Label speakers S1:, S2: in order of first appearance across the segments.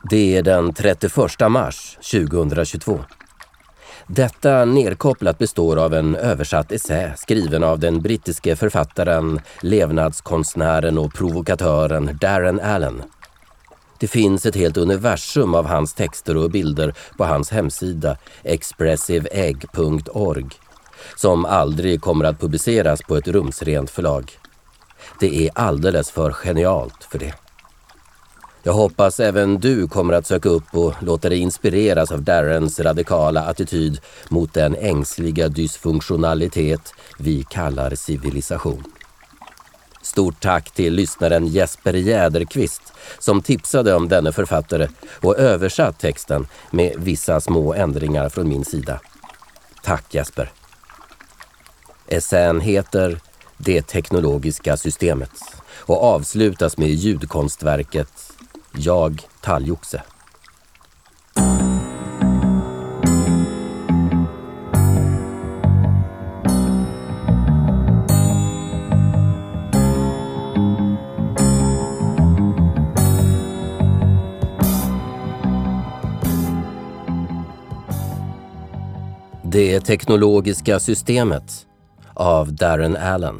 S1: Det är den 31 mars 2022. Detta nedkopplat består av en översatt essä skriven av den brittiske författaren, levnadskonstnären och provokatören Darren Allen. Det finns ett helt universum av hans texter och bilder på hans hemsida expressiveegg.org som aldrig kommer att publiceras på ett rumsrent förlag. Det är alldeles för genialt för det. Jag hoppas även du kommer att söka upp och låta dig inspireras av Darrens radikala attityd mot den ängsliga dysfunktionalitet vi kallar civilisation. Stort tack till lyssnaren Jesper Jäderqvist som tipsade om denne författare och översatt texten med vissa små ändringar från min sida. Tack Jesper. Essän heter Det teknologiska systemet och avslutas med ljudkonstverket Jag Talgoxe. Det teknologiska systemet av Darren Allen.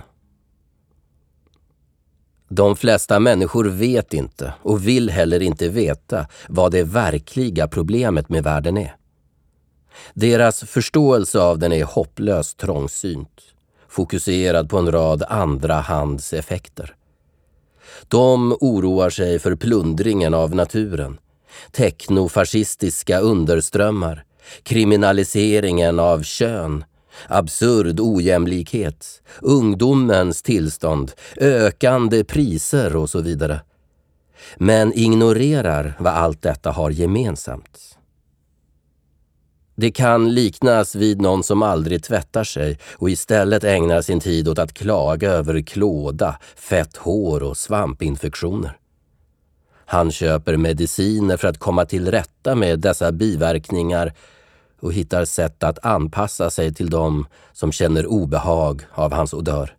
S1: De flesta människor vet inte och vill heller inte veta vad det verkliga problemet med världen är. Deras förståelse av den är hopplöst trångsynt, fokuserad på en rad andrahandseffekter. De oroar sig för plundringen av naturen, teknofascistiska underströmmar, kriminaliseringen av kön, absurd ojämlikhet, ungdomens tillstånd, ökande priser och så vidare. Men ignorerar vad allt detta har gemensamt. Det kan liknas vid någon som aldrig tvättar sig och istället ägnar sin tid åt att klaga över klåda, fett hår och svampinfektioner. Han köper mediciner för att komma till rätta med dessa biverkningar och hittar sätt att anpassa sig till dem som känner obehag av hans odör.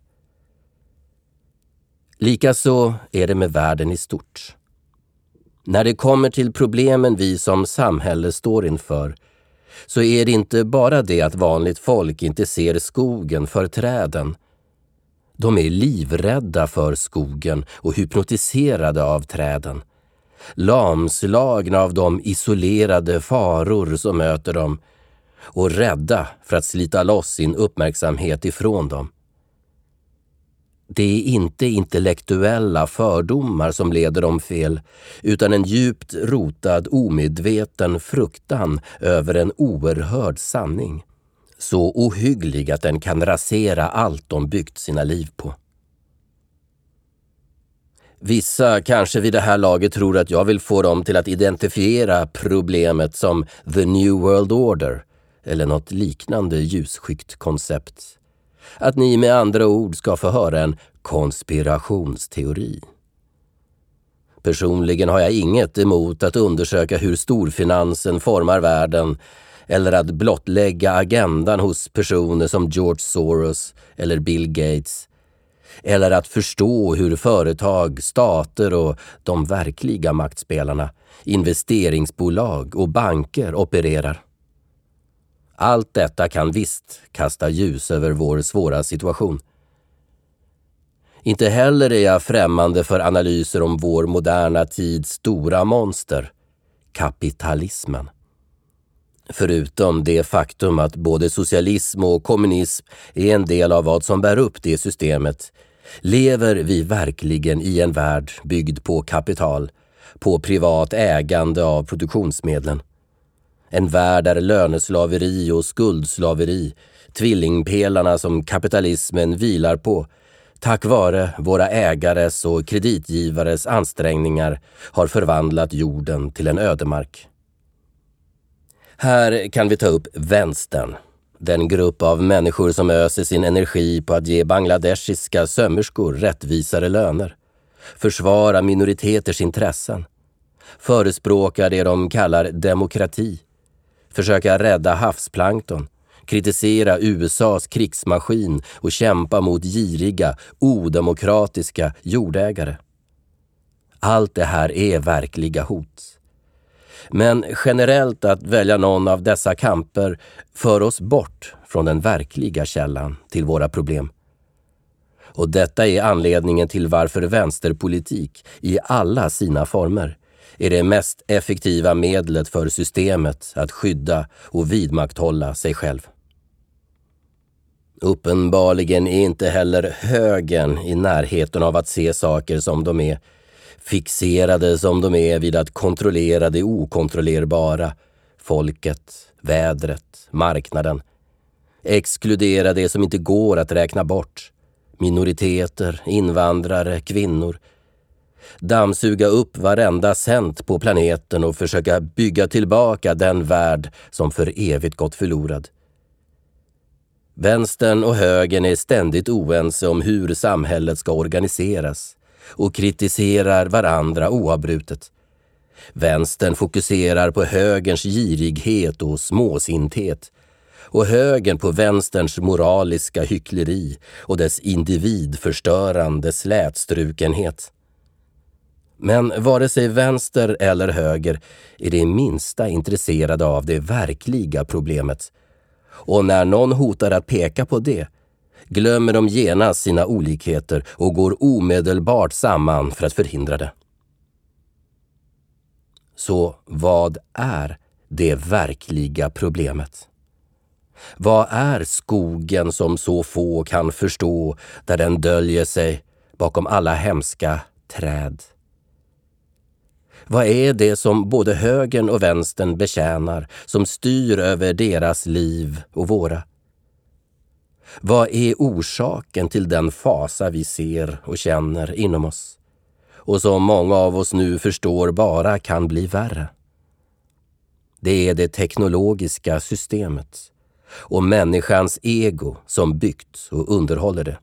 S1: Likaså är det med världen i stort. När det kommer till problemen vi som samhälle står inför så är det inte bara det att vanligt folk inte ser skogen för träden. De är livrädda för skogen och hypnotiserade av träden. Lamslagna av de isolerade faror som möter dem och rädda för att slita loss sin uppmärksamhet ifrån dem. Det är inte intellektuella fördomar som leder dem fel, utan en djupt rotad omedveten fruktan över en oerhörd sanning. Så ohygglig att den kan rasera allt de byggt sina liv på. Vissa kanske vid det här laget tror att jag vill få dem till att identifiera problemet som The New World Order eller något liknande ljusskyggt koncept. Att ni med andra ord ska få höra en konspirationsteori. Personligen har jag inget emot att undersöka hur storfinansen formar världen eller att blottlägga agendan hos personer som George Soros eller Bill Gates. Eller att förstå hur företag, stater och de verkliga maktspelarna, investeringsbolag och banker opererar. Allt detta kan visst kasta ljus över vår svåra situation. Inte heller är jag främmande för analyser om vår moderna tids stora monster, kapitalismen. Förutom det faktum att både socialism och kommunism är en del av vad som bär upp det systemet, lever vi verkligen i en värld byggd på kapital, på privat ägande av produktionsmedlen. En värld där löneslaveri och skuldslaveri, tvillingpelarna som kapitalismen vilar på, tack vare våra ägares och kreditgivares ansträngningar har förvandlat jorden till en ödemark. Här kan vi ta upp vänstern, den grupp av människor som öser sin energi på att ge bangladeshiska sömmerskor rättvisare löner, försvara minoriteters intressen, förespråka det de kallar demokrati, försöka rädda havsplankton, kritisera USAs krigsmaskin och kämpa mot giriga, odemokratiska jordägare. Allt det här är verkliga hot. Men generellt att välja någon av dessa kamper för oss bort från den verkliga källan till våra problem. Och detta är anledningen till varför vänsterpolitik i alla sina former är det mest effektiva medlet för systemet att skydda och vidmakthålla sig själv. Uppenbarligen är inte heller högern i närheten av att se saker som de är, fixerade som de är vid att kontrollera det okontrollerbara, folket, vädret, marknaden, exkludera det som inte går att räkna bort, minoriteter, invandrare, kvinnor, dammsuga upp varenda cent på planeten och försöka bygga tillbaka den värld som för evigt gått förlorad. Vänstern och högern är ständigt oense om hur samhället ska organiseras och kritiserar varandra oavbrutet. Vänstern fokuserar på högerns girighet och småsinthet och högern på vänsterns moraliska hyckleri och dess individförstörande slätstrukenhet. Men vare sig vänster eller höger är det minsta intresserade av det verkliga problemet. Och när någon hotar att peka på det, glömmer de genast sina olikheter och går omedelbart samman för att förhindra det. Så vad är det verkliga problemet? Vad är skogen som så få kan förstå där den döljer sig bakom alla hemska träd? Vad är det som både högern och vänstern betjänar, som styr över deras liv och våra? Vad är orsaken till den fasa vi ser och känner inom oss? Och som många av oss nu förstår bara kan bli värre. Det är det teknologiska systemet och människans ego som byggt och underhåller det.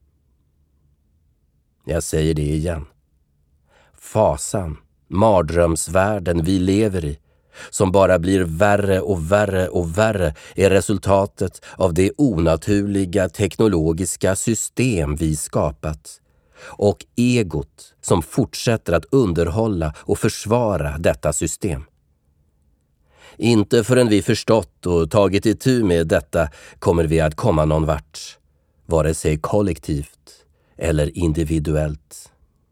S1: Jag säger det igen. Fasan, mardrömsvärlden vi lever i, som bara blir värre och värre och värre, är resultatet av det onaturliga teknologiska system vi skapat och egot som fortsätter att underhålla och försvara detta system. Inte förrän vi förstått och tagit itu med detta kommer vi att komma någon vart, vare sig kollektivt eller individuellt.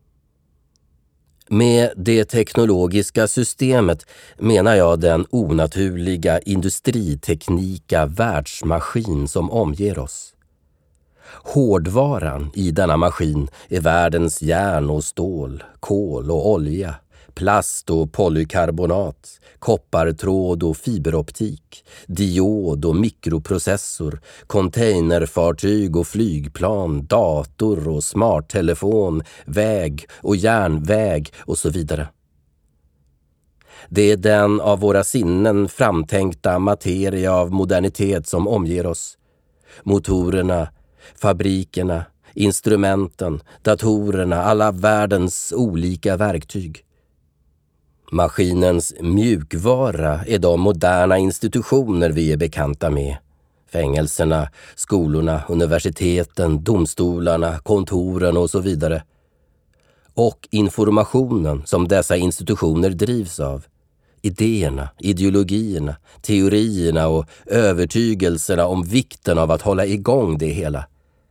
S1: Med det teknologiska systemet menar jag den onaturliga industriteknika världsmaskin som omger oss. Hårdvaran i denna maskin är världens järn och stål, kol och olja, plast och polykarbonat, koppartråd och fiberoptik, diod och mikroprocessor, containerfartyg och flygplan, dator och smarttelefon, väg och järnväg och så vidare. Det är den av våra sinnen framtänkta materia av modernitet som omger oss. Motorerna, fabrikerna, instrumenten, datorerna, alla världens olika verktyg. Maskinens mjukvara är de moderna institutioner vi är bekanta med. Fängelserna, skolorna, universiteten, domstolarna, kontoren och så vidare. Och informationen som dessa institutioner drivs av. Idéerna, ideologierna, teorierna och övertygelserna om vikten av att hålla igång det hela.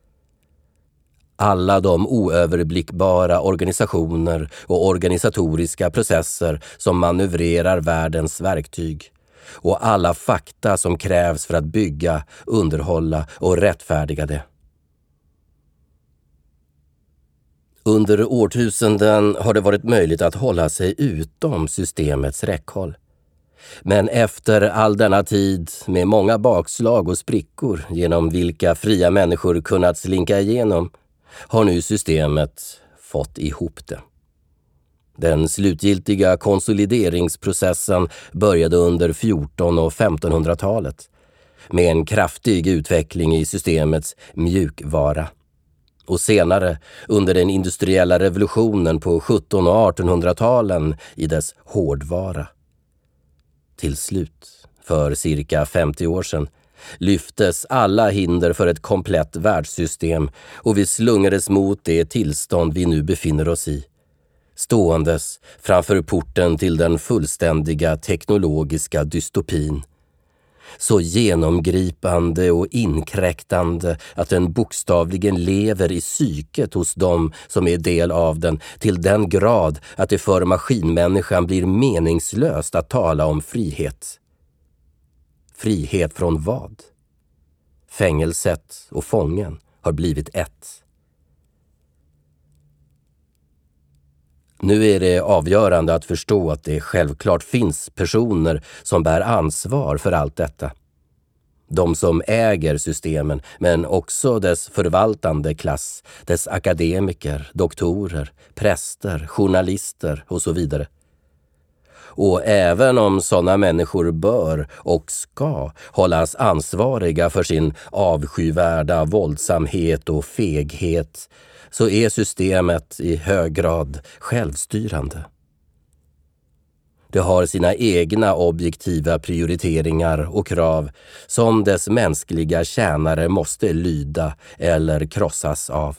S1: Alla de oöverblickbara organisationer och organisatoriska processer som manövrerar världens verktyg och alla fakta som krävs för att bygga, underhålla och rättfärdiga det. Under årtusenden har det varit möjligt att hålla sig utom systemets räckhåll. Men efter all denna tid med många bakslag och sprickor genom vilka fria människor kunnat slinka igenom har nu systemet fått ihop det. Den slutgiltiga konsolideringsprocessen började under 1400- och 1500-talet med en kraftig utveckling i systemets mjukvara. Och senare under den industriella revolutionen på 1700- och 1800-talen i dess hårdvara. Till slut, för cirka 50 år sedan, lyftes alla hinder för ett komplett världssystem och vi slungades mot det tillstånd vi nu befinner oss i. ståendes framför porten till den fullständiga teknologiska dystopin, så genomgripande och inkräktande att den bokstavligen lever i psyket hos dem som är del av den, till den grad att det för maskinmänniskan blir meningslöst att tala om frihet. Frihet från vad? Fängelset och fången har blivit ett. Nu är det avgörande att förstå att det självklart finns personer som bär ansvar för allt detta. De som äger systemen, men också dess förvaltande klass, dess akademiker, doktorer, präster, journalister och så vidare. Och även om sådana människor bör och ska hållas ansvariga för sin avskyvärda våldsamhet och feghet, så är systemet i hög grad självstyrande. Det har sina egna objektiva prioriteringar och krav som dess mänskliga tjänare måste lyda eller krossas av.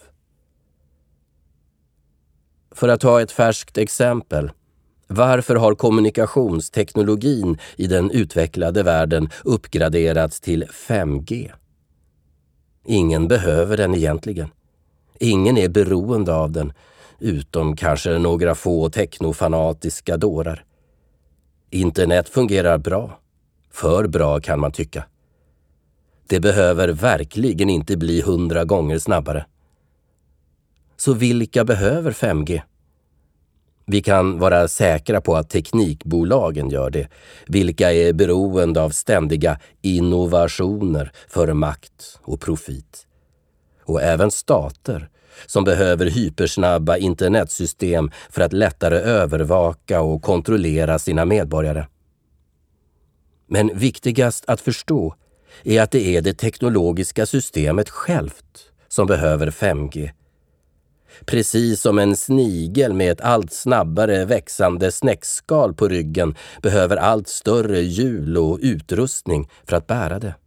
S1: För att ta ett färskt exempel. Varför har kommunikationsteknologin i den utvecklade världen uppgraderats till 5G? Ingen behöver den egentligen. Ingen är beroende av den, utom kanske några få teknofanatiska dårar. Internet fungerar bra. För bra kan man tycka. Det behöver verkligen inte bli 100 gånger snabbare. Så vilka behöver 5G? Vi kan vara säkra på att teknikbolagen gör det, vilka är beroende av ständiga innovationer för makt och profit. Och även stater som behöver hypersnabba internetsystem för att lättare övervaka och kontrollera sina medborgare. Men viktigast att förstå är att det är det teknologiska systemet självt som behöver 5G. Precis som en snigel med ett allt snabbare växande snäckskal på ryggen behöver allt större hjul och utrustning för att bära det.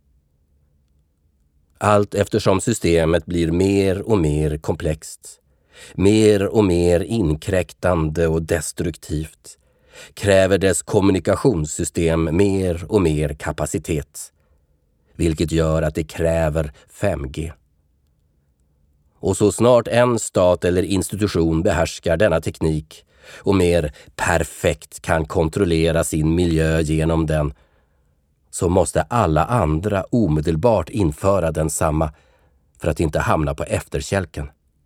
S1: Allt eftersom systemet blir mer och mer komplext, mer och mer inkräktande och destruktivt, kräver dess kommunikationssystem mer och mer kapacitet, vilket gör att det kräver 5G. Och så snart en stat eller institution behärskar denna teknik och mer perfekt kan kontrollera sin miljö genom den, så måste alla andra omedelbart införa densamma för att inte hamna på efterkälken.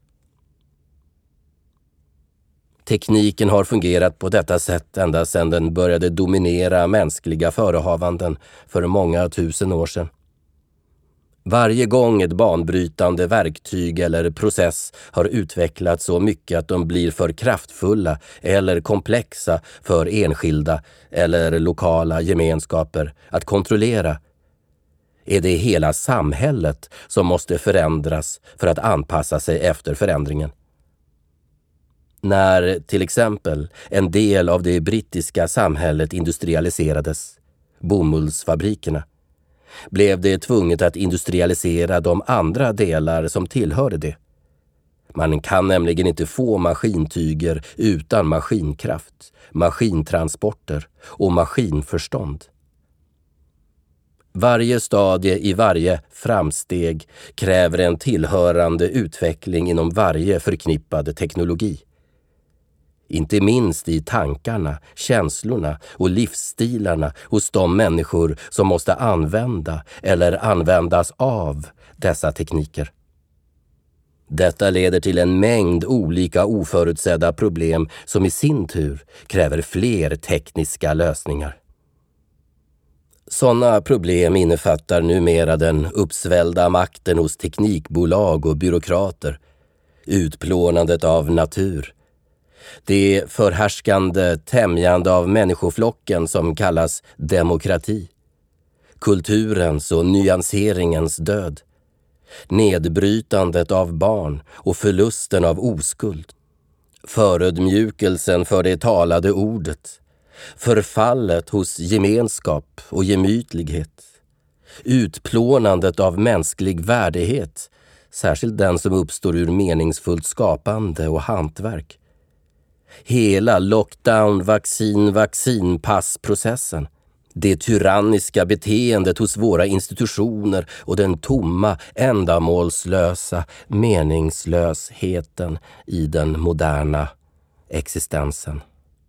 S1: Tekniken har fungerat på detta sätt ända sedan den började dominera mänskliga förehavanden för många tusen år sedan. Varje gång ett banbrytande verktyg eller process har utvecklats så mycket att de blir för kraftfulla eller komplexa för enskilda eller lokala gemenskaper att kontrollera, är det hela samhället som måste förändras för att anpassa sig efter förändringen. När till exempel en del av det brittiska samhället industrialiserades, bomullsfabrikerna, blev det tvunget att industrialisera de andra delar som tillhörde det. Man kan nämligen inte få maskintyger utan maskinkraft, maskintransporter och maskinförstånd. Varje stadie i varje framsteg kräver en tillhörande utveckling inom varje förknippad teknologi. Inte minst i tankarna, känslorna och livsstilarna hos de människor som måste använda eller användas av dessa tekniker. Detta leder till en mängd olika oförutsedda problem som i sin tur kräver fler tekniska lösningar. Sådana problem innefattar numera den uppsvällda makten hos teknikbolag och byråkrater, utplånandet av natur, det förhärskande tämjande av människoflocken som kallas demokrati, kulturens och nyanseringens död, nedbrytandet av barn och förlusten av oskuld, förödmjukelsen för det talade ordet, förfallet hos gemenskap och gemytlighet, utplånandet av mänsklig värdighet, särskilt den som uppstår ur meningsfullt skapande och hantverk, Hela lockdown, vaccinpassprocessen. Det tyranniska beteendet hos våra institutioner och den tomma, ändamålslösa meningslösheten i den moderna existensen.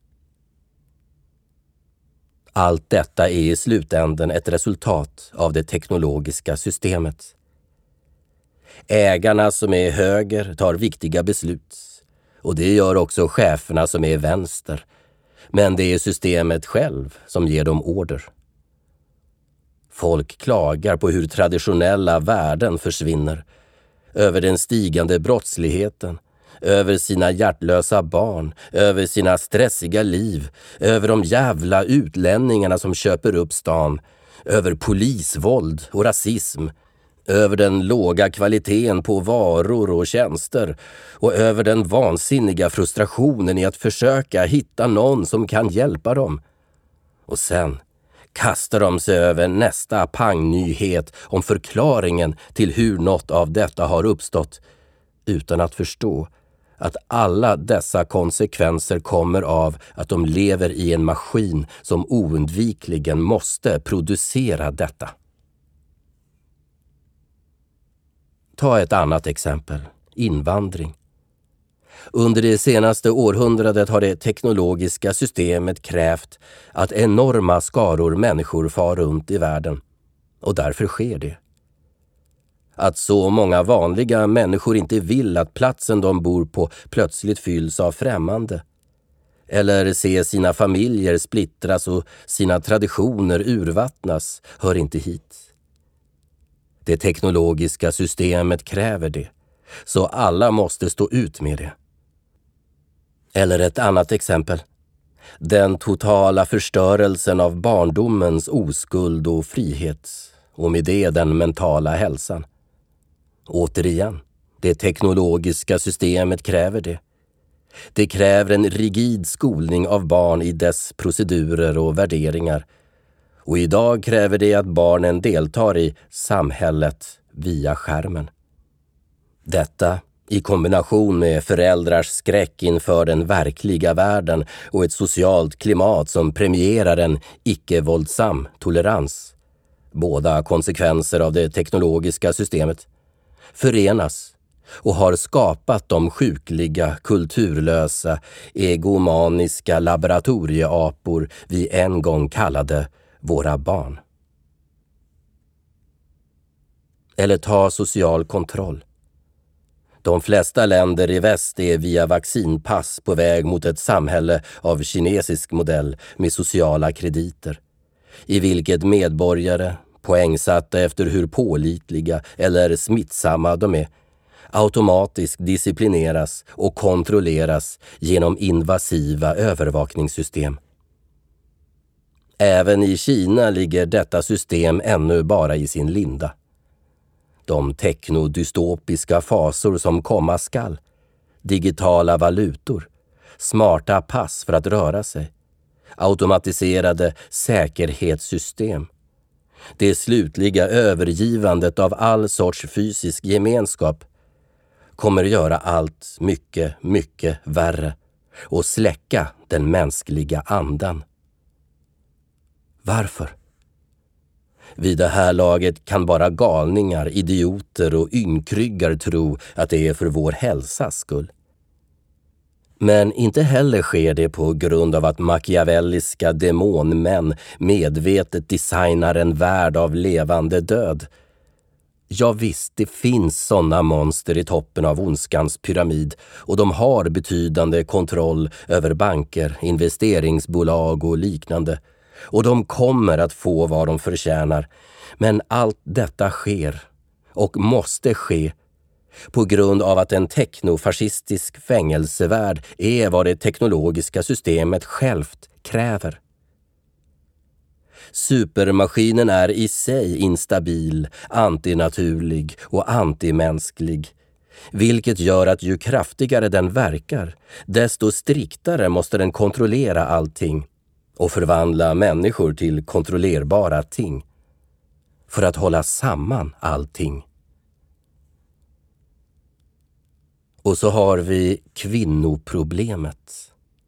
S1: Allt detta är i slutänden ett resultat av det teknologiska systemet. Ägarna som är höger tar viktiga beslut, och det gör också cheferna som är vänster. Men det är systemet själv som ger dem order. Folk klagar på hur traditionella värden försvinner, över den stigande brottsligheten, över sina hjärtlösa barn, över sina stressiga liv, över de jävla utlänningarna som köper upp stan, över polisvåld och rasism, över den låga kvaliteten på varor och tjänster och över den vansinniga frustrationen i att försöka hitta någon som kan hjälpa dem. Och sen kastar de sig över nästa pangnyhet om förklaringen till hur något av detta har uppstått, utan att förstå att alla dessa konsekvenser kommer av att de lever i en maskin som oundvikligen måste producera detta. Ta ett annat exempel, invandring. Under det senaste århundradet har det teknologiska systemet krävt att enorma skaror människor far runt i världen, och därför sker det. Att så många vanliga människor inte vill att platsen de bor på plötsligt fylls av främmande, eller se sina familjer splittras och sina traditioner urvattnas, hör inte hit. Det teknologiska systemet kräver det, så alla måste stå ut med det. Eller ett annat exempel. Den totala förstörelsen av barndomens oskuld och frihet, och med det den mentala hälsan. Återigen, det teknologiska systemet kräver det. Det kräver en rigid skolning av barn i dess procedurer och värderingar. Och idag kräver det att barnen deltar i samhället via skärmen. Detta i kombination med föräldrars skräck inför den verkliga världen och ett socialt klimat som premierar en icke-våldsam tolerans, båda konsekvenser av det teknologiska systemet, förenas och har skapat de sjukliga, kulturlösa, egomaniska laboratorieapor vi en gång kallade våra barn. Eller ta social kontroll. De flesta länder i väst är via vaccinpass på väg mot ett samhälle av kinesisk modell med sociala krediter, i vilket medborgare, poängsatta efter hur pålitliga eller smittsamma de är, automatiskt disciplineras och kontrolleras genom invasiva övervakningssystem. Även i Kina ligger detta system ännu bara i sin linda. De teknodystopiska fasor som komma skall, digitala valutor, smarta pass för att röra sig, automatiserade säkerhetssystem, det slutliga övergivandet av all sorts fysisk gemenskap kommer göra allt mycket, mycket värre och släcka den mänskliga andan. Varför? Vid det här laget kan bara galningar, idioter och ynkryggar tro att det är för vår hälsas skull. Men inte heller sker det på grund av att machiavelliska demonmän medvetet designar en värld av levande död. Ja visst, det finns sådana monster i toppen av ondskans pyramid, och de har betydande kontroll över banker, investeringsbolag och liknande. Och de kommer att få vad de förtjänar. Men allt detta sker och måste ske på grund av att en teknofascistisk fängelsevärld är vad det teknologiska systemet självt kräver. Supermaskinen är i sig instabil, antinaturlig och antimänsklig, vilket gör att ju kraftigare den verkar, desto striktare måste den kontrollera allting och förvandla människor till kontrollerbara ting för att hålla samman allting. Och så har vi kvinnoproblemet.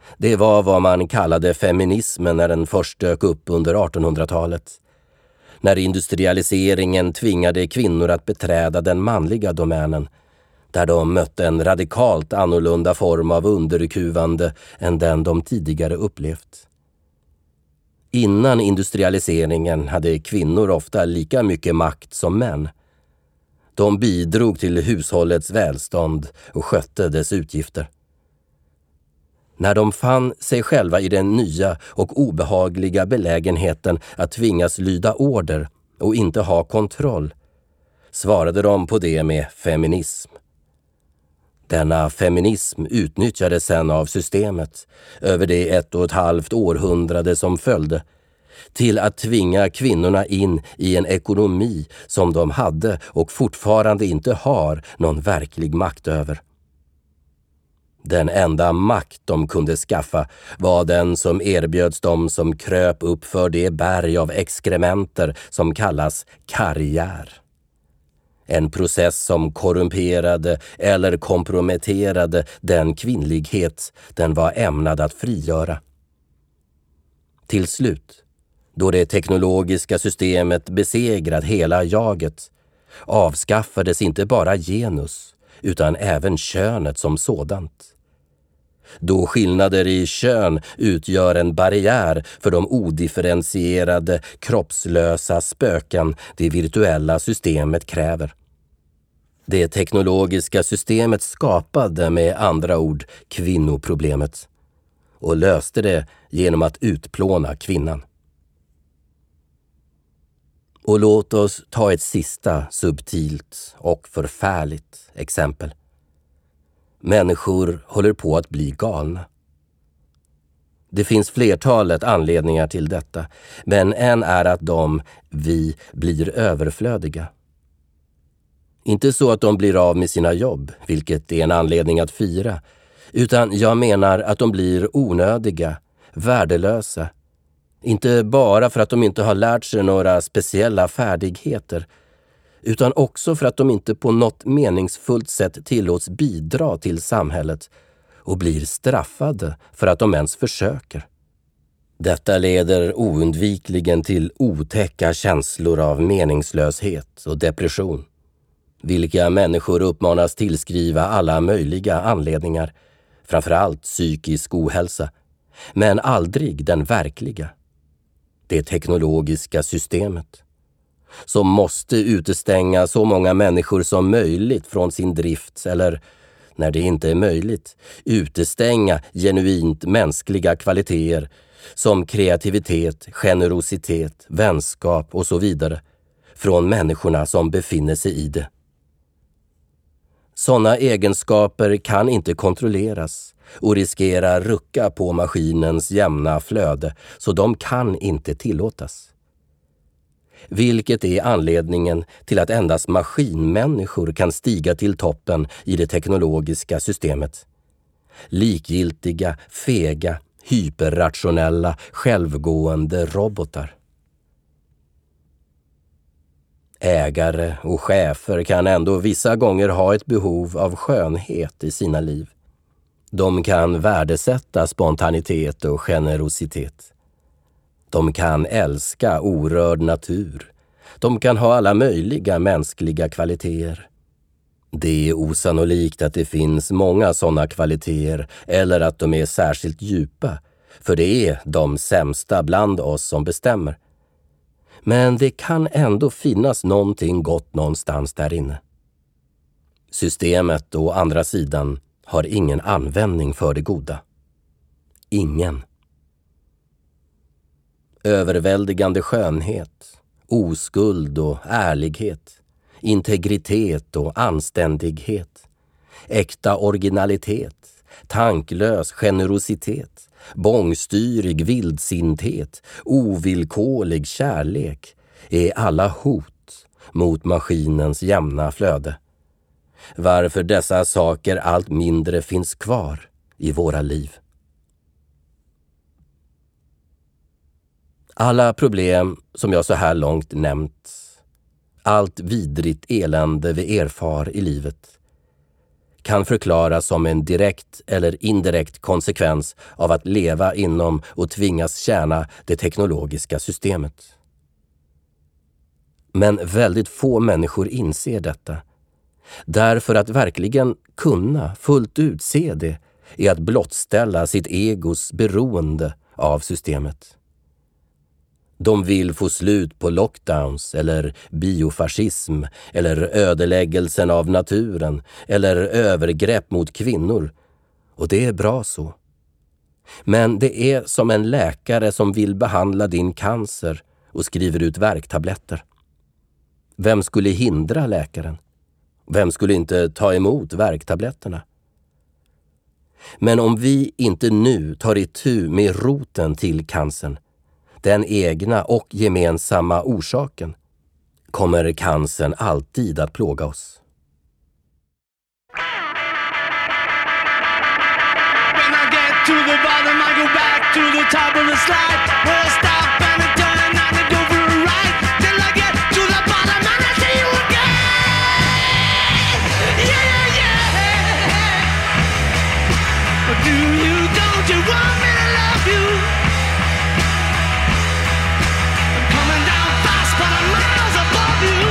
S1: Det var vad man kallade feminismen när den först dök upp under 1800-talet. När industrialiseringen tvingade kvinnor att beträda den manliga domänen, där de mötte en radikalt annorlunda form av underkuvande än den de tidigare upplevt. Innan industrialiseringen hade kvinnor ofta lika mycket makt som män. De bidrog till hushållets välstånd och skötte dess utgifter. När de fann sig själva i den nya och obehagliga belägenheten att tvingas lyda order och inte ha kontroll, svarade de på det med feminism. Denna feminism utnyttjades sedan av systemet över det 1,5 århundrade som följde till att tvinga kvinnorna in i en ekonomi som de hade och fortfarande inte har någon verklig makt över. Den enda makt de kunde skaffa var den som erbjöds dem som kröp upp för det berg av exkrementer som kallas karriär. En process som korrumperade eller komprometterade den kvinnlighet den var ämnad att frigöra. Till slut, då det teknologiska systemet besegrat hela jaget, avskaffades inte bara genus utan även könet som sådant. Då skillnader i kön utgör en barriär för de odifferentierade, kroppslösa spöken det virtuella systemet kräver. Det teknologiska systemet skapade med andra ord kvinnoproblemet och löste det genom att utplåna kvinnan. Och låt oss ta ett sista subtilt och förfärligt exempel. Människor håller på att bli galna. Det finns flertalet anledningar till detta, men en är att vi blir överflödiga. Inte så att de blir av med sina jobb, vilket är en anledning att fira, utan jag menar att de blir onödiga, värdelösa. Inte bara för att de inte har lärt sig några speciella färdigheter, utan också för att de inte på något meningsfullt sätt tillåts bidra till samhället och blir straffade för att de ens försöker. Detta leder oundvikligen till otäcka känslor av meningslöshet och depression, vilka människor uppmanas tillskriva alla möjliga anledningar, framförallt psykisk ohälsa, men aldrig den verkliga, det teknologiska systemet, som måste utestänga så många människor som möjligt från sin drift eller, när det inte är möjligt, utestänga genuint mänskliga kvaliteter som kreativitet, generositet, vänskap och så vidare från människorna som befinner sig i det. Sådana egenskaper kan inte kontrolleras och riskerar rucka på maskinens jämna flöde, så de kan inte tillåtas. Vilket är anledningen till att endast maskinmänniskor kan stiga till toppen i det teknologiska systemet. Likgiltiga, fega, hyperrationella, självgående robotar. Ägare och chefer kan ändå vissa gånger ha ett behov av skönhet i sina liv. De kan värdesätta spontanitet och generositet. De kan älska orörd natur. De kan ha alla möjliga mänskliga kvaliteter. Det är osannolikt att det finns många sådana kvaliteter eller att de är särskilt djupa, för det är de sämsta bland oss som bestämmer. Men det kan ändå finnas någonting gott någonstans där inne. Systemet å andra sidan har ingen användning för det goda. Ingen. Överväldigande skönhet, oskuld och ärlighet, integritet och anständighet, äkta originalitet, tanklös generositet, bångstyrig vildsinthet, ovillkorlig kärlek är alla hot mot maskinens jämna flöde. Varför dessa saker allt mindre finns kvar i våra liv. Alla problem som jag så här långt nämnt, allt vidrigt elände vi erfar i livet, kan förklaras som en direkt eller indirekt konsekvens av att leva inom och tvingas tjäna det teknologiska systemet. Men väldigt få människor inser detta. Därför att verkligen kunna fullt ut se det är att blottställa sitt egos beroende av systemet. De vill få slut på lockdowns eller biofascism eller ödeläggelsen av naturen eller övergrepp mot kvinnor. Och det är bra så. Men det är som en läkare som vill behandla din cancer och skriver ut värktabletter. Vem skulle hindra läkaren? Vem skulle inte ta emot värktabletterna? Men om vi inte nu tar itu med roten till cancern, den egna och gemensamma orsaken, kommer cancern alltid att plåga oss.
S2: When I get to the bottom, I go back to the top of the slide. Where I stop and I turn and I go for a ride. Till I get to the bottom and I see you again. Yeah, yeah. But do you, don't you want me to love you? I'm coming down fast, but I'm miles above you.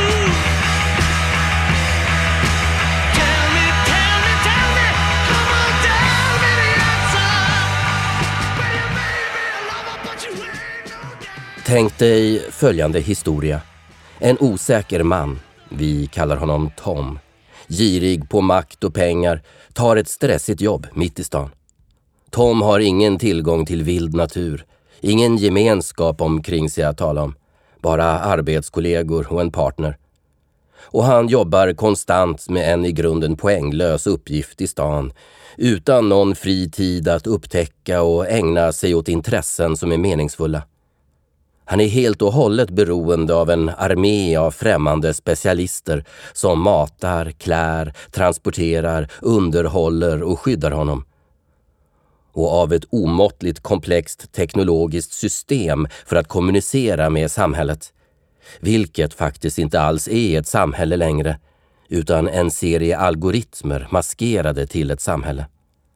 S2: Tell me, come on, tell me the answer. Well, you may be a lover, but you ain't no dad.
S1: Tänk dig följande historia. En osäker man, vi kallar honom Tom, girig på makt och pengar, tar ett stressigt jobb mitt i stan. Tom har ingen tillgång till vild natur, ingen gemenskap omkring sig att tala om, bara arbetskollegor och en partner. Och han jobbar konstant med en i grunden poänglös uppgift i stan, utan någon fri tid att upptäcka och ägna sig åt intressen som är meningsfulla. Han är helt och hållet beroende av en armé av främmande specialister som matar, klär, transporterar, underhåller och skyddar honom. Och av ett omåttligt komplext teknologiskt system för att kommunicera med samhället, vilket faktiskt inte alls är ett samhälle längre, utan en serie algoritmer maskerade till ett samhälle.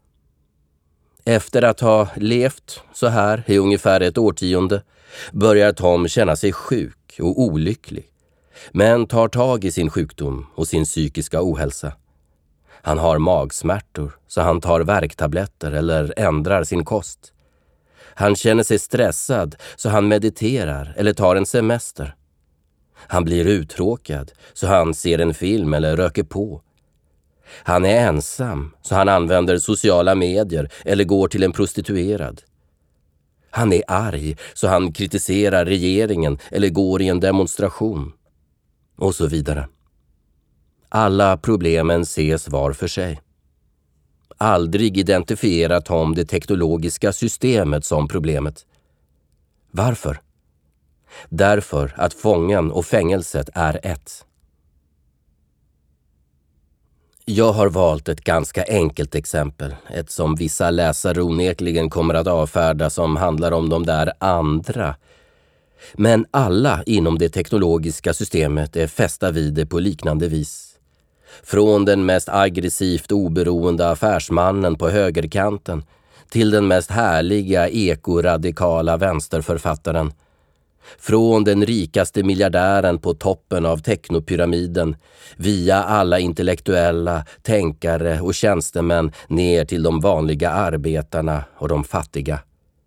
S1: Efter att ha levt så här i ungefär ett årtionde börjar Tom känna sig sjuk och olycklig, men tar tag i sin sjukdom och sin psykiska ohälsa. Han har magsmärtor, så han tar värktabletter eller ändrar sin kost. Han känner sig stressad, så han mediterar eller tar en semester. Han blir uttråkad, så han ser en film eller röker på. Han är ensam, så han använder sociala medier eller går till en prostituerad. Han är arg, så han kritiserar regeringen eller går i en demonstration. Och så vidare. Alla problemen ses var för sig. Aldrig identifierar Tom det teknologiska systemet som problemet. Varför? Därför att fången och fängelset är ett. Jag har valt ett ganska enkelt exempel, ett som vissa läsare onekligen kommer att avfärda, som handlar om de där andra. Men alla inom det teknologiska systemet är fästa vid det på liknande vis. Från den mest aggressivt oberoende affärsmannen på högerkanten till den mest härliga ekoradikala vänsterförfattaren. Från den rikaste miljardären på toppen av teknopyramiden via alla intellektuella, tänkare och tjänstemän ner till de vanliga arbetarna och de fattiga.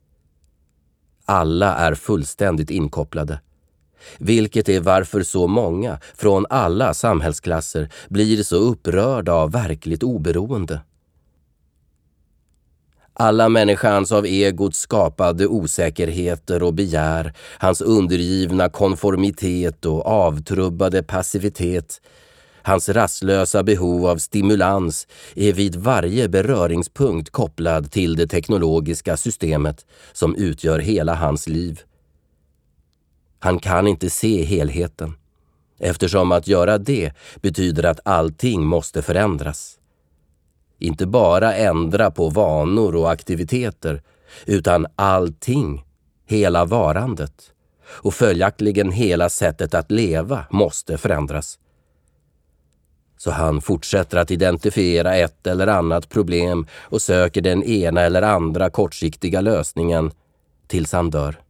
S1: Alla är fullständigt inkopplade. Vilket är varför så många från alla samhällsklasser blir så upprörda av verkligt oberoende. Alla människans av egot skapade osäkerheter och begär, hans undergivna konformitet och avtrubbade passivitet, hans rastlösa behov av stimulans är vid varje beröringspunkt kopplad till det teknologiska systemet som utgör hela hans liv. Han kan inte se helheten, eftersom att göra det betyder att allting måste förändras. Inte bara ändra på vanor och aktiviteter, utan allting, hela varandet. Och följaktligen hela sättet att leva måste förändras. Så han fortsätter att identifiera ett eller annat problem och söker den ena eller andra kortsiktiga lösningen tills han dör.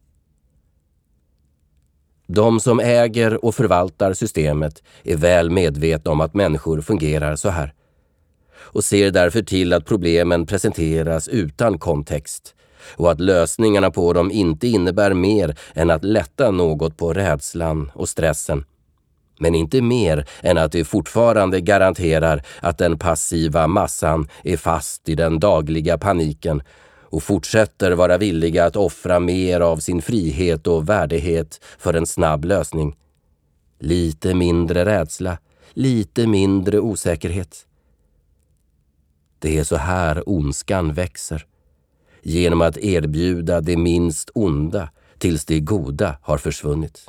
S1: De som äger och förvaltar systemet är väl medvetna om att människor fungerar så här och ser därför till att problemen presenteras utan kontext och att lösningarna på dem inte innebär mer än att lätta något på rädslan och stressen, men inte mer än att det fortfarande garanterar att den passiva massan är fast i den dagliga paniken och fortsätter vara villiga att offra mer av sin frihet och värdighet för en snabb lösning. Lite mindre rädsla, lite mindre osäkerhet. Det är så här ondskan växer, genom att erbjuda det minst onda tills det goda har försvunnit.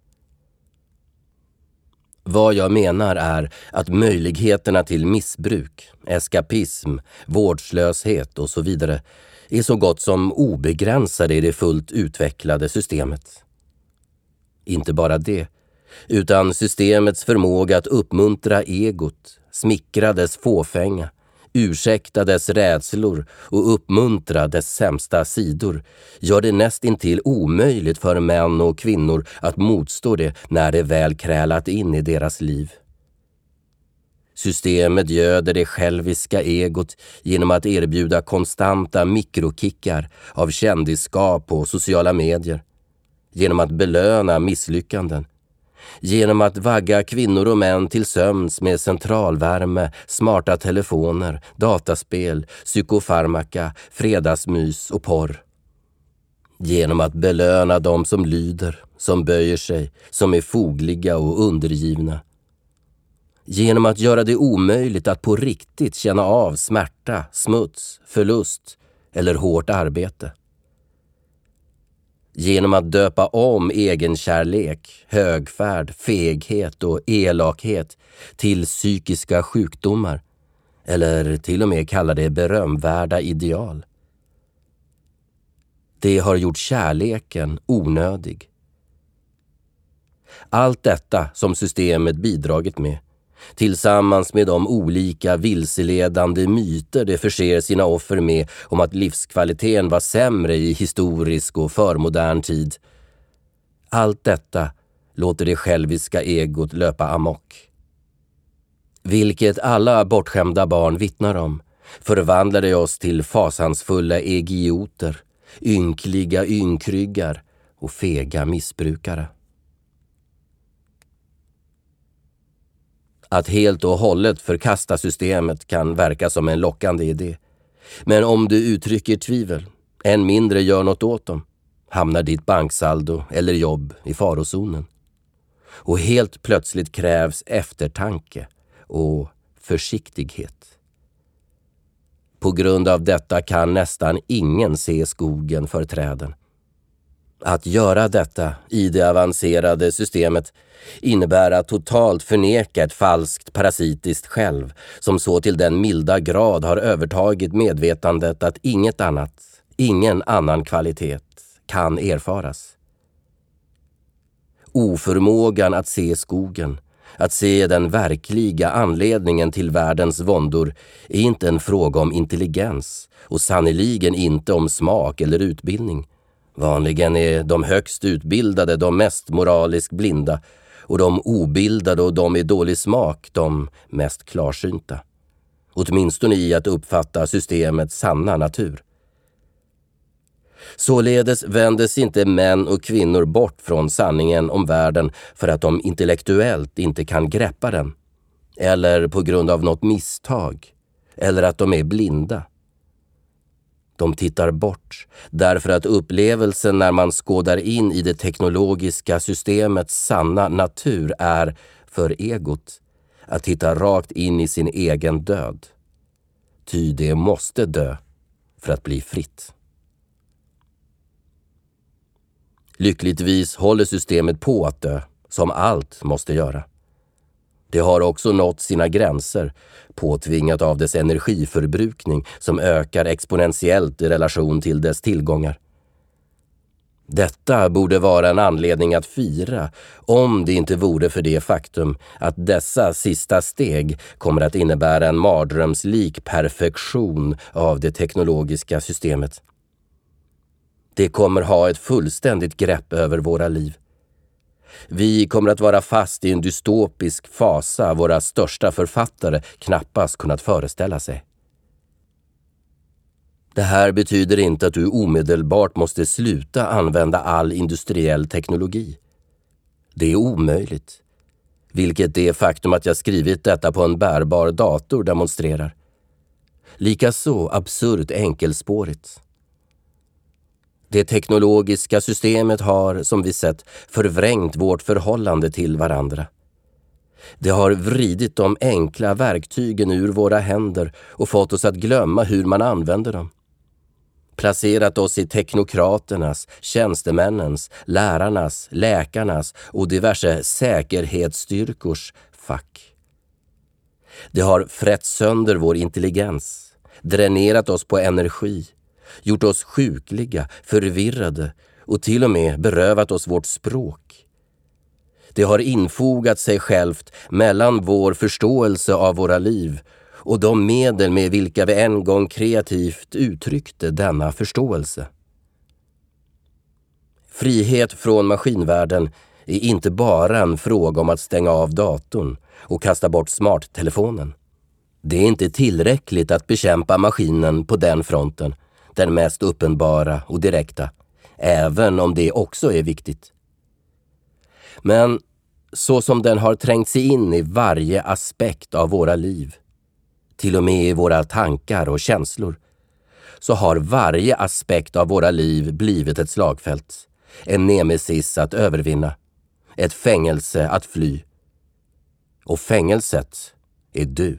S1: Vad jag menar är att möjligheterna till missbruk, eskapism, vårdslöshet och så vidare är så gott som obegränsade i det fullt utvecklade systemet. Inte bara det, utan systemets förmåga att uppmuntra egot, smickra dess fåfänga, ursäkta dess rädslor och uppmuntra dess sämsta sidor gör det nästintill omöjligt för män och kvinnor att motstå det när det väl krälat in i deras liv. Systemet göder det själviska egot genom att erbjuda konstanta mikrokickar av kändisskap på sociala medier, genom att belöna misslyckanden, genom att vagga kvinnor och män till sömns med centralvärme, smarta telefoner, dataspel, psykofarmaka, fredagsmys och porr. Genom att belöna dem som lyder, som böjer sig, som är fogliga och undergivna. Genom att göra det omöjligt att på riktigt känna av smärta, smuts, förlust eller hårt arbete. Genom att döpa om egenkärlek, högfärd, feghet och elakhet till psykiska sjukdomar eller till och med kalla det berömvärda ideal. Det har gjort kärleken onödig. Allt detta som systemet bidragit med, tillsammans med de olika vilseledande myter det förser sina offer med om att livskvaliteten var sämre i historisk och förmodern tid. Allt detta låter det själviska egot löpa amok. Vilket alla bortskämda barn vittnar om, förvandlade oss till fasansfulla egioter, ynkliga ynkryggar och fega missbrukare. Att helt och hållet förkasta systemet kan verka som en lockande idé. Men om du uttrycker tvivel, än mindre gör något åt dem, hamnar ditt banksaldo eller jobb i farozonen. Och helt plötsligt krävs eftertanke och försiktighet. På grund av detta kan nästan ingen se skogen för träden. Att göra detta i det avancerade systemet innebär att totalt förneka ett falskt parasitiskt själv som så till den milda grad har övertagit medvetandet att ingen annan kvalitet kan erfaras. Oförmågan att se skogen, att se den verkliga anledningen till världens våndor är inte en fråga om intelligens och sannoliken inte om smak eller utbildning. Vanligen är de högst utbildade de mest moraliskt blinda och de obildade och de i dålig smak de mest klarsynta. Åtminstone i att uppfatta systemets sanna natur. Således vändes inte män och kvinnor bort från sanningen om världen för att de intellektuellt inte kan greppa den, eller på grund av något misstag, eller att de är blinda. De tittar bort därför att upplevelsen när man skådar in i det teknologiska systemets sanna natur är för egot att titta rakt in i sin egen död. Ty det måste dö för att bli fritt. Lyckligtvis håller systemet på att dö, som allt måste göra. Det har också nått sina gränser, påtvingat av dess energiförbrukning som ökar exponentiellt i relation till dess tillgångar. Detta borde vara en anledning att fira, om det inte vore för det faktum att dessa sista steg kommer att innebära en mardrömslik perfektion av det teknologiska systemet. Det kommer ha ett fullständigt grepp över våra liv. Vi kommer att vara fast i en dystopisk fasa våra största författare knappast kunnat föreställa sig. Det här betyder inte att du omedelbart måste sluta använda all industriell teknologi. Det är omöjligt, vilket det faktum att jag skrivit detta på en bärbar dator demonstrerar. Likaså absurt enkelspårigt. Det teknologiska systemet har, som vi sett, förvrängt vårt förhållande till varandra. Det har vridit de enkla verktygen ur våra händer och fått oss att glömma hur man använder dem. Placerat oss i teknokraternas, tjänstemännens, lärarnas, läkarnas och diverse säkerhetsstyrkors fack. Det har frätt sönder vår intelligens, dränerat oss på energi, gjort oss sjukliga, förvirrade och till och med berövat oss vårt språk. Det har infogat sig självt mellan vår förståelse av våra liv och de medel med vilka vi en gång kreativt uttryckte denna förståelse. Frihet från maskinvärlden är inte bara en fråga om att stänga av datorn och kasta bort smarttelefonen. Det är inte tillräckligt att bekämpa maskinen på den fronten, den mest uppenbara och direkta, även om det också är viktigt. Men så som den har trängt sig in i varje aspekt av våra liv, till och med i våra tankar och känslor, så har varje aspekt av våra liv blivit ett slagfält, en nemesis att övervinna, ett fängelse att fly. Och fängelset är du.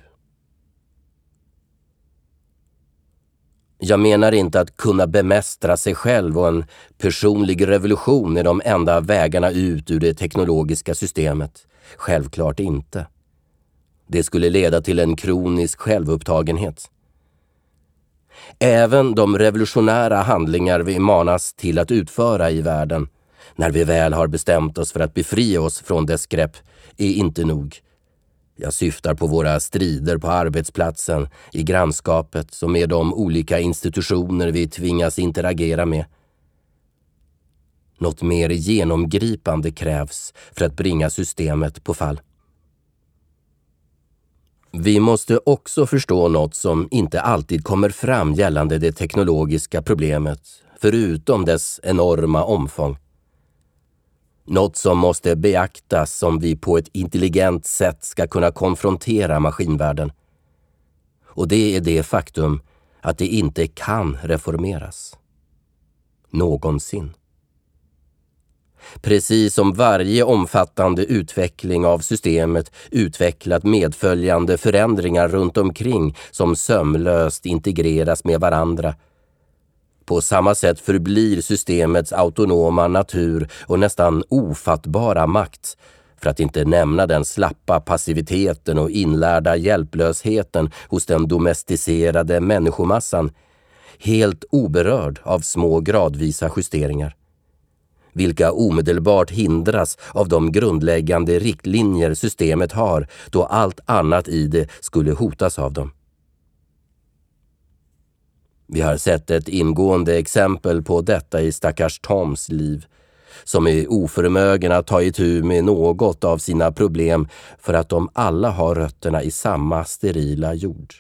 S1: Jag menar inte att kunna bemästra sig själv och en personlig revolution är de enda vägarna ut ur det teknologiska systemet. Självklart inte. Det skulle leda till en kronisk självupptagenhet. Även de revolutionära handlingar vi manas till att utföra i världen, när vi väl har bestämt oss för att befria oss från dess grepp, är inte nog. Jag syftar på våra strider på arbetsplatsen, i grannskapet och med de olika institutioner vi tvingas interagera med. Något mer genomgripande krävs för att bringa systemet på fall. Vi måste också förstå något som inte alltid kommer fram gällande det teknologiska problemet, förutom dess enorma omfång. Något som måste beaktas om vi på ett intelligent sätt ska kunna konfrontera maskinvärlden. Och det är det faktum att det inte kan reformeras. Någonsin. Precis som varje omfattande utveckling av systemet utvecklat medföljande förändringar runt omkring som sömlöst integreras med varandra. På samma sätt förblir systemets autonoma natur och nästan ofattbara makt, för att inte nämna den slappa passiviteten och inlärda hjälplösheten hos den domesticerade människomassan, helt oberörd av små gradvisa justeringar, vilka omedelbart hindras av de grundläggande riktlinjer systemet har, då allt annat i det skulle hotas av dem. Vi har sett ett ingående exempel på detta i stackars Toms liv, som är oförmögen att ta itu med något av sina problem för att de alla har rötterna i samma sterila jord.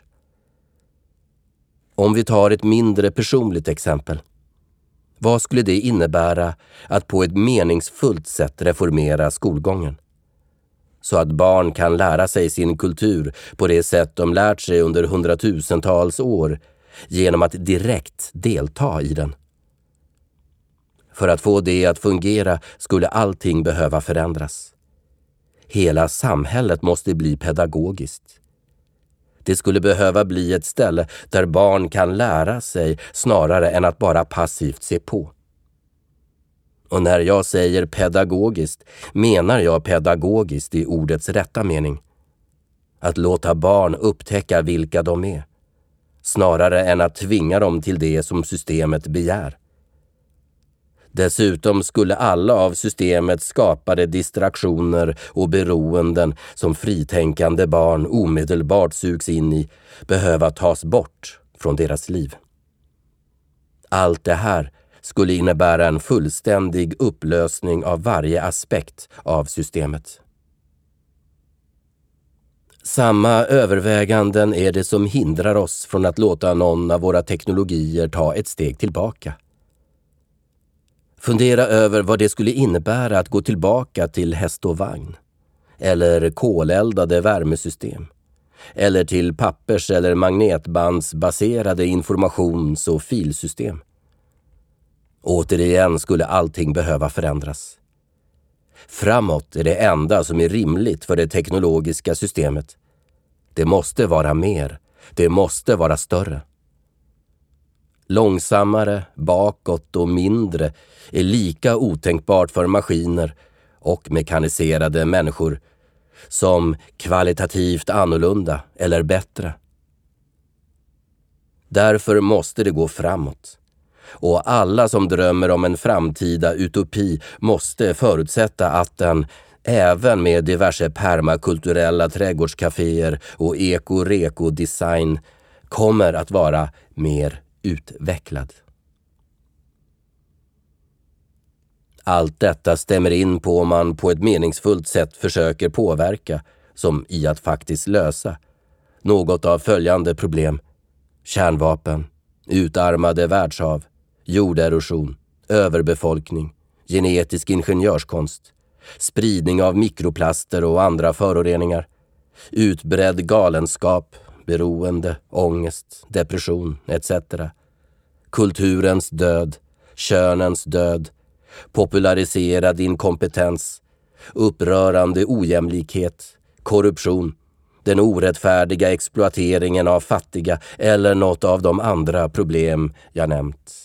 S1: Om vi tar ett mindre personligt exempel, vad skulle det innebära att på ett meningsfullt sätt reformera skolgången? Så att barn kan lära sig sin kultur på det sätt de lärt sig under hundratusentals år, genom att direkt delta i den. För att få det att fungera skulle allting behöva förändras. Hela samhället måste bli pedagogiskt. Det skulle behöva bli ett ställe där barn kan lära sig snarare än att bara passivt se på. Och när jag säger pedagogiskt menar jag pedagogiskt i ordets rätta mening. Att låta barn upptäcka vilka de är, snarare än att tvinga dem till det som systemet begär. Dessutom skulle alla av systemet skapade distraktioner och beroenden som fritänkande barn omedelbart sugs in i behöva tas bort från deras liv. Allt det här skulle innebära en fullständig upplösning av varje aspekt av systemet. Samma överväganden är det som hindrar oss från att låta någon av våra teknologier ta ett steg tillbaka. Fundera över vad det skulle innebära att gå tillbaka till häst och vagn, eller koleldade värmesystem, eller till pappers- eller magnetbandsbaserade informations- och filsystem. Återigen skulle allting behöva förändras. Framåt är det enda som är rimligt för det teknologiska systemet. Det måste vara mer, det måste vara större. Långsammare, bakåt och mindre är lika otänkbart för maskiner och mekaniserade människor som kvalitativt annorlunda eller bättre. Därför måste det gå framåt. Och alla som drömmer om en framtida utopi måste förutsätta att den, även med diverse permakulturella trädgårdskaféer och eko-reko-design, kommer att vara mer utvecklad. Allt detta stämmer in på om man på ett meningsfullt sätt försöker påverka, som i att faktiskt lösa, något av följande problem: kärnvapen, utarmade världshav, jorderosion, överbefolkning, genetisk ingenjörskonst, spridning av mikroplaster och andra föroreningar, utbredd galenskap, beroende, ångest, depression etc. Kulturens död, könens död, populariserad inkompetens, upprörande ojämlikhet, korruption, den orättfärdiga exploateringen av fattiga eller något av de andra problem jag nämnt.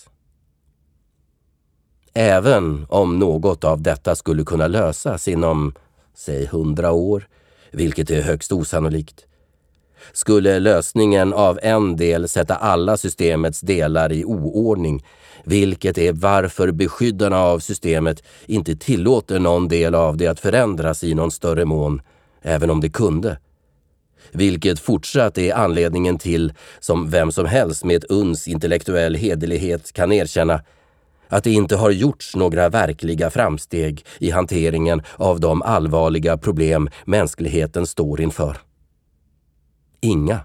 S1: Även om något av detta skulle kunna lösas inom, säg 100 år, vilket är högst osannolikt, skulle lösningen av en del sätta alla systemets delar i oordning, vilket är varför beskyddarna av systemet inte tillåter någon del av det att förändras i någon större mån, även om det kunde. Vilket fortsatt är anledningen till, som vem som helst med ett uns intellektuell hederlighet kan erkänna, att det inte har gjorts några verkliga framsteg i hanteringen av de allvarliga problem mänskligheten står inför. Inga.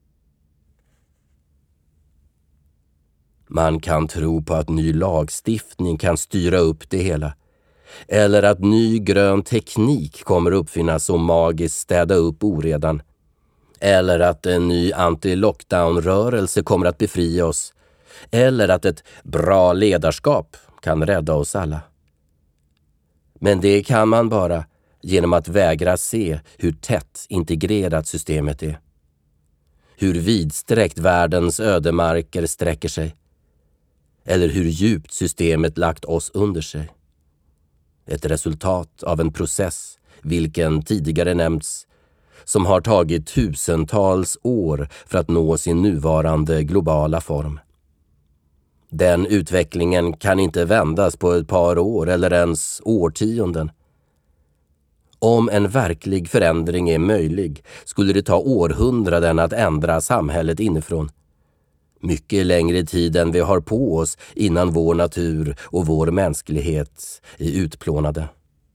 S1: Man kan tro på att ny lagstiftning kan styra upp det hela, eller att ny grön teknik kommer uppfinnas och magiskt städa upp oredan, eller att en ny anti-lockdown-rörelse kommer att befria oss, eller att ett bra ledarskap kan rädda oss alla. Men det kan man bara genom att vägra se hur tätt integrerat systemet är. Hur vidsträckt världens ödemarker sträcker sig. Eller hur djupt systemet lagt oss under sig. Ett resultat av en process, vilken tidigare nämnts, som har tagit tusentals år för att nå sin nuvarande globala form. Den utvecklingen kan inte vändas på ett par år eller ens årtionden. Om en verklig förändring är möjlig skulle det ta århundraden att ändra samhället inifrån. Mycket längre tid än vi har på oss innan vår natur och vår mänsklighet är utplånade.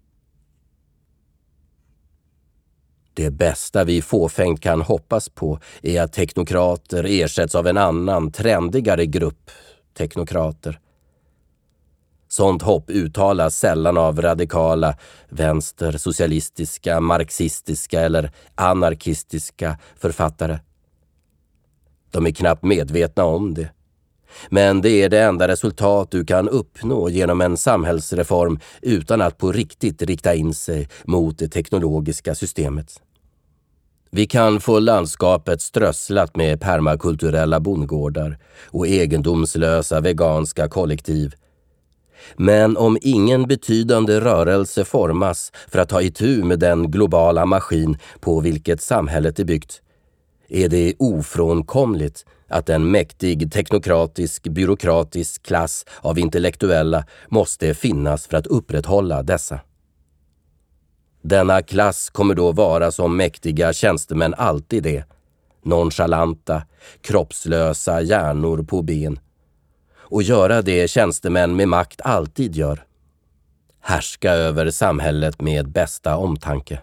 S1: Det bästa vi fåfängt kan hoppas på är att teknokrater ersätts av en annan, trendigare grupp teknokrater. Sånt hopp uttalas sällan av radikala, vänster, socialistiska, marxistiska eller anarkistiska författare. De är knappt medvetna om det. Men det är det enda resultat du kan uppnå genom en samhällsreform utan att på riktigt rikta in sig mot det teknologiska systemet. Vi kan få landskapet strösslat med permakulturella bondgårdar och egendomslösa veganska kollektiv. Men om ingen betydande rörelse formas för att ta itu med den globala maskin på vilket samhället är byggt, är det ofrånkomligt att en mäktig teknokratisk, byråkratisk klass av intellektuella måste finnas för att upprätthålla dessa. Denna klass kommer då vara som mäktiga tjänstemän alltid är, nonchalanta, kroppslösa hjärnor på ben, och göra det tjänstemän med makt alltid gör. Härska över samhället med bästa omtanke.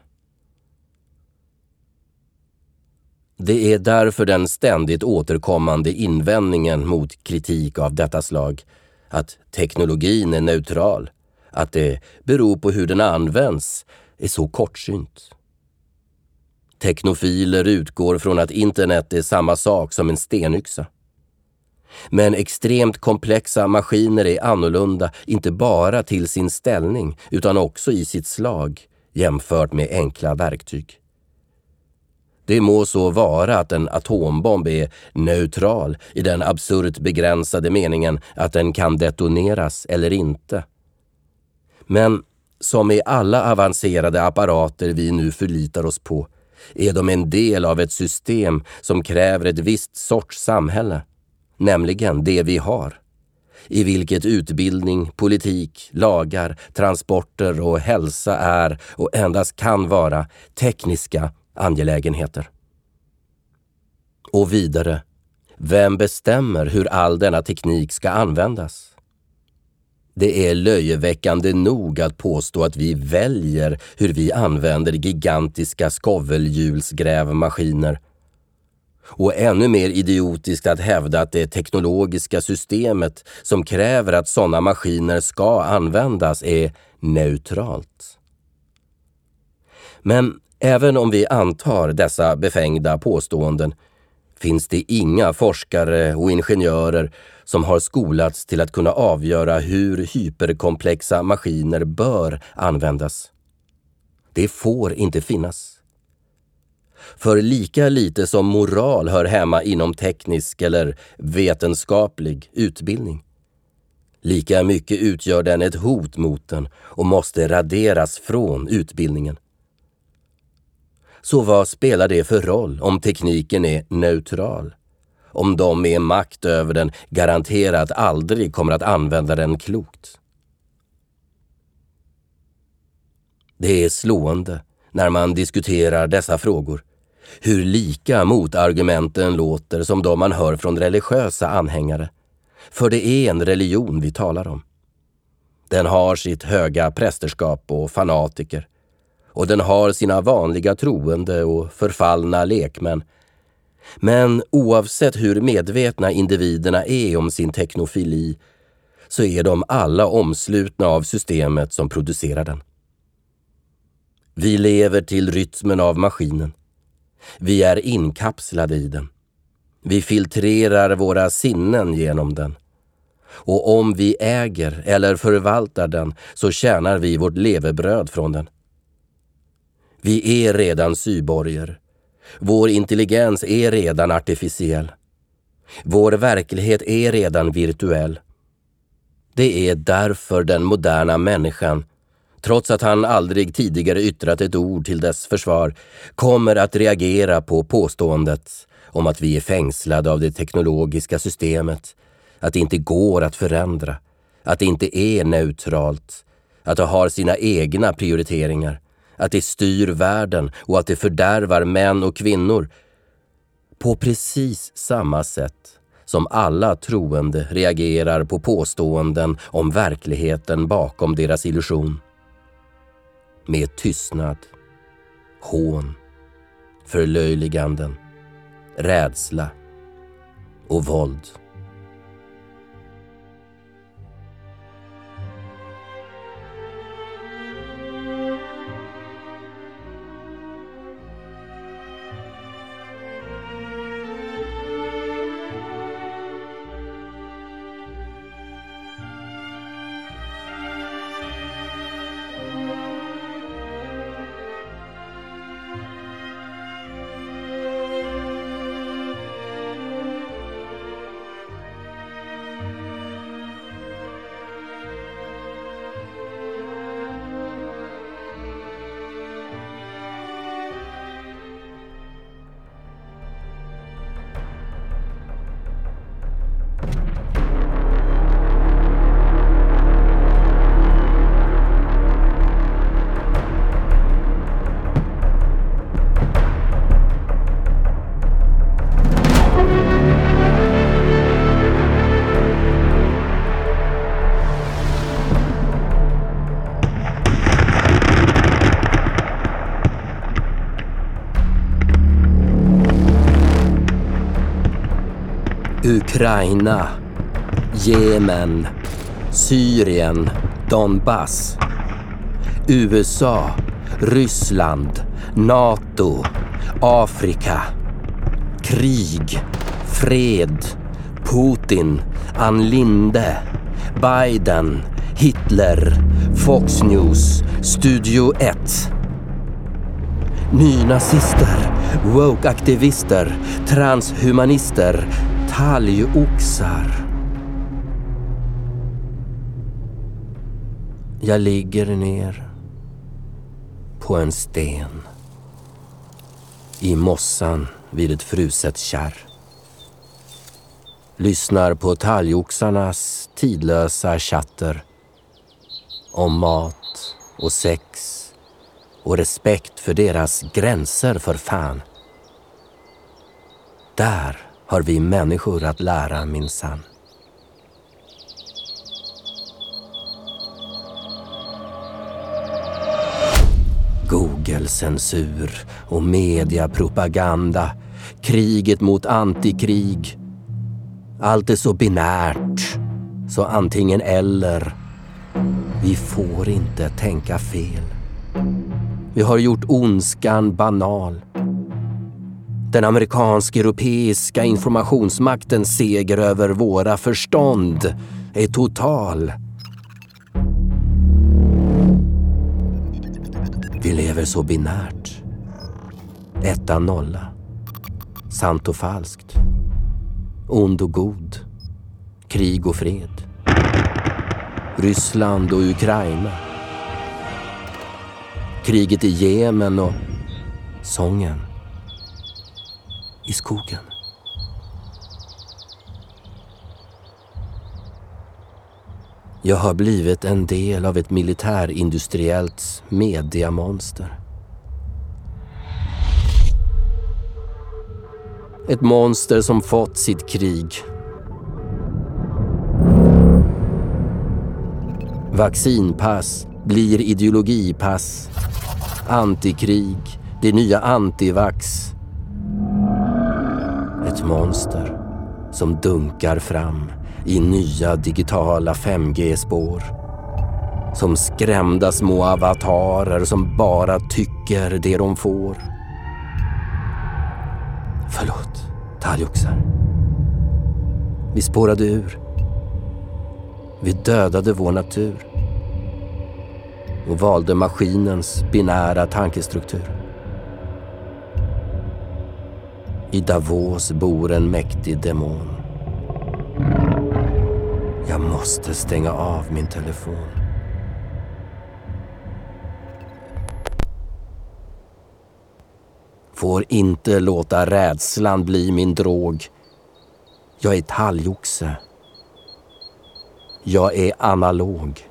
S1: Det är därför den ständigt återkommande invändningen mot kritik av detta slag, att teknologin är neutral, att det beror på hur den används, är så kortsynt. Teknofiler utgår från att internet är samma sak som en stenyxa. Men extremt komplexa maskiner är annorlunda inte bara till sin ställning utan också i sitt slag jämfört med enkla verktyg. Det må så vara att en atombomb är neutral i den absurt begränsade meningen att den kan detoneras eller inte. Men som i alla avancerade apparater vi nu förlitar oss på är de en del av ett system som kräver ett visst sorts samhälle, nämligen det vi har, i vilket utbildning, politik, lagar, transporter och hälsa är och endast kan vara tekniska angelägenheter. Och vidare, vem bestämmer hur all denna teknik ska användas? Det är löjeväckande nog att påstå att vi väljer hur vi använder gigantiska skovelhjulsgrävmaskiner. Och ännu mer idiotiskt att hävda att det teknologiska systemet som kräver att sådana maskiner ska användas är neutralt. Men även om vi antar dessa befängda påståenden finns det inga forskare och ingenjörer som har skolats till att kunna avgöra hur hyperkomplexa maskiner bör användas. Det får inte finnas. För lika lite som moral hör hemma inom teknisk eller vetenskaplig utbildning, lika mycket utgör den ett hot mot den och måste raderas från utbildningen. Så vad spelar det för roll om tekniken är neutral? Om de med makt över den garanterat aldrig kommer att använda den klokt? Det är slående när man diskuterar dessa frågor hur lika motargumenten låter som de man hör från religiösa anhängare. För det är en religion vi talar om. Den har sitt höga prästerskap och fanatiker. Och den har sina vanliga troende och förfallna lekmän. Men oavsett hur medvetna individerna är om sin teknofili så är de alla omslutna av systemet som producerar den. Vi lever till rytmen av maskinen. Vi är inkapslade i den. Vi filtrerar våra sinnen genom den. Och om vi äger eller förvaltar den så tjänar vi vårt levebröd från den. Vi är redan cyborger. Vår intelligens är redan artificiell. Vår verklighet är redan virtuell. Det är därför den moderna människan, trots att han aldrig tidigare yttrat ett ord till dess försvar, kommer att reagera på påståendet om att vi är fängslade av det teknologiska systemet, att det inte går att förändra, att det inte är neutralt, att det har sina egna prioriteringar, att det styr världen och att det fördärvar män och kvinnor på precis samma sätt som alla troende reagerar på påståenden om verkligheten bakom deras illusion. Med tystnad, hån, förlöjliganden, rädsla och våld. Ukraina, Jemen, Syrien, Donbass, USA, Ryssland, NATO, Afrika, krig, fred, Putin, Ann Linde, Biden, Hitler, Fox News, Studio 1. Nynazister, woke-aktivister, transhumanister, talgoxar. Jag ligger ner på en sten i mossan vid ett fruset kärr. Lyssnar på talgoxarnas tidlösa chatter om mat och sex och respekt för deras gränser för fan. Där har vi människor att lära minsann. Google-censur och mediapropaganda, kriget mot antikrig. Allt är så binärt, så antingen eller. Vi får inte tänka fel. Vi har gjort ondskan banal. Den amerikansk-europeiska informationsmaktens seger över våra förstånd är total. Vi lever så binärt. 1-0. Sant och falskt. Ond och god. Krig och fred. Ryssland och Ukraina. Kriget i Jemen och sången i skogen. Jag har blivit en del av ett militärindustriellt mediamonster. Ett monster som fått sitt krig. Vaccinpass blir ideologipass. Antikrig, det nya antivax. Ett monster som dunkar fram i nya digitala 5G-spår. Som skrämda små avatarer som bara tycker det de får. Förlåt, talgoxar. Vi spårade ur. Vi dödade vår natur. Och valde maskinens binära tankestruktur. I Davos bor en mäktig demon. Jag måste stänga av min telefon. Får inte låta rädslan bli min drog. Jag är talgoxe. Jag är analog.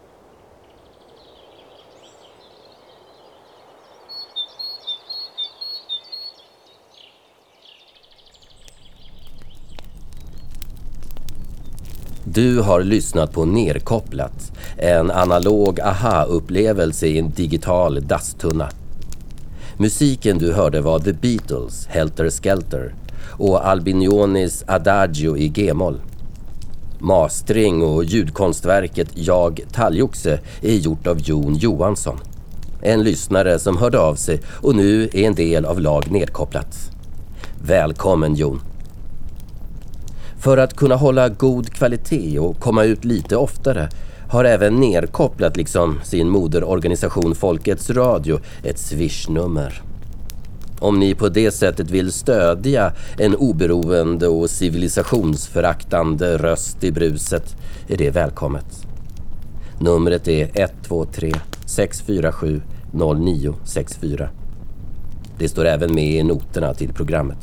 S1: Du har lyssnat på Nerkopplat, en analog aha-upplevelse i en digital dasstunna. Musiken du hörde var The Beatles, Helter Skelter, och Albinionis Adagio i G-moll. Mastering och ljudkonstverket Jag talgoxe är gjort av Jon Johansson. En lyssnare som hörde av sig och nu är en del av lag Nerkopplat. Välkommen Jon! För att kunna hålla god kvalitet och komma ut lite oftare har även Nerkopplat liksom sin moderorganisation Folkets Radio ett Swish-nummer. Om ni på det sättet vill stödja en oberoende och civilisationsföraktande röst i bruset är det välkommet. Numret är 123 647 0964. Det står även med i noterna till programmet.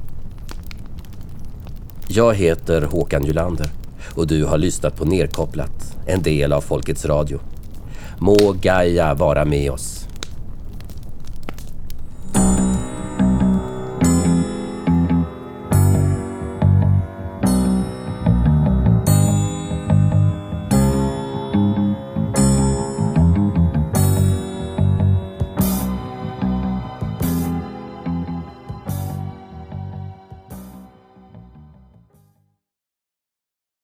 S1: Jag heter Håkan Julander och du har lyssnat på Nerkopplat, en del av Folkets Radio. Må Gaia vara med oss.